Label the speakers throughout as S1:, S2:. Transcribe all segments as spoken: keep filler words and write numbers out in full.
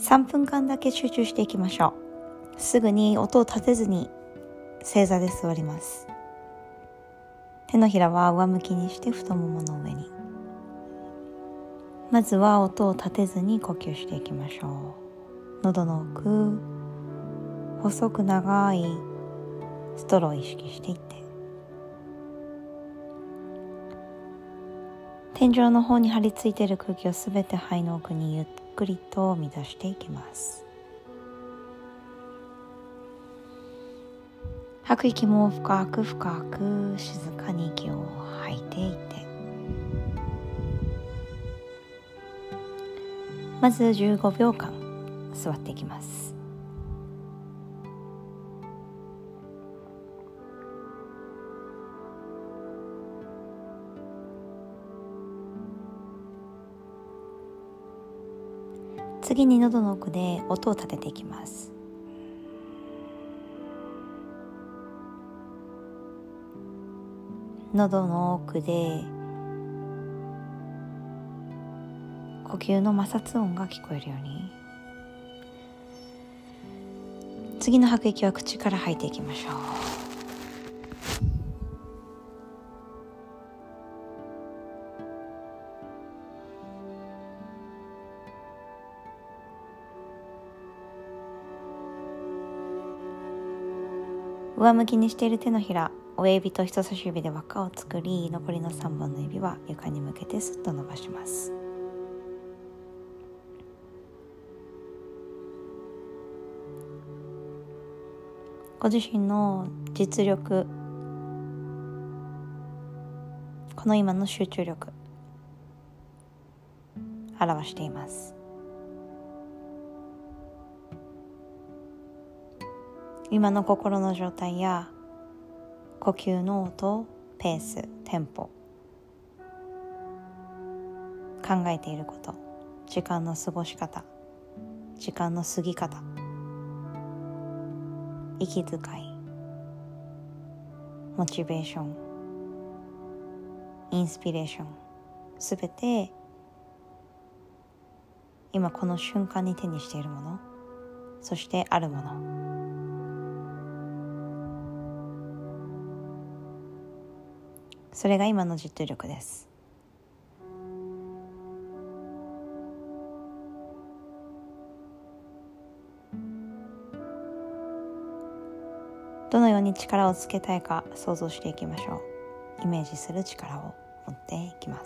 S1: さんぷんかんだけ集中していきましょう。すぐに音を立てずに正座で座ります。手のひらは上向きにして太ももの上に。まずは音を立てずに呼吸していきましょう。喉の奥、細く長いストローを意識していって、天井の方に張り付いている空気をすべて肺の奥にゆっくりと乱していきます。吐く息も深く深く静かに息を吐いていって、まずじゅうごびょうかん座っていきます。次に喉の奥で音を立てていきます。喉の奥で呼吸の摩擦音が聞こえるように、次の吐く息は口から吐いていきましょう。上向きにしている手のひら、親指と人差し指で輪っかを作り、残りのさんぼんの指は床に向けてスッと伸ばします。ご自身の実力、この今の集中力、表しています。今の心の状態や呼吸の音、ペース、テンポ、考えていること、時間の過ごし方、時間の過ぎ方、息遣い、モチベーション、インスピレーション、すべて今この瞬間に手にしているもの、そしてあるもの、それが今の実力です。どのように力をつけたいか想像していきましょう。イメージする力を持っていきます。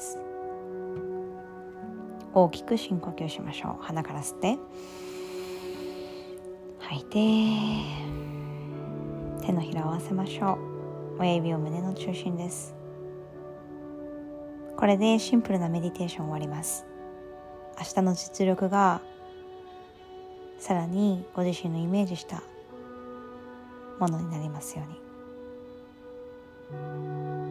S1: 大きく深呼吸しましょう。鼻から吸って吐いて、手のひらを合わせましょう。親指を胸の中心です。これでシンプルなメディテーション終わります。明日の実力がさらにご自身のイメージしたものになりますように。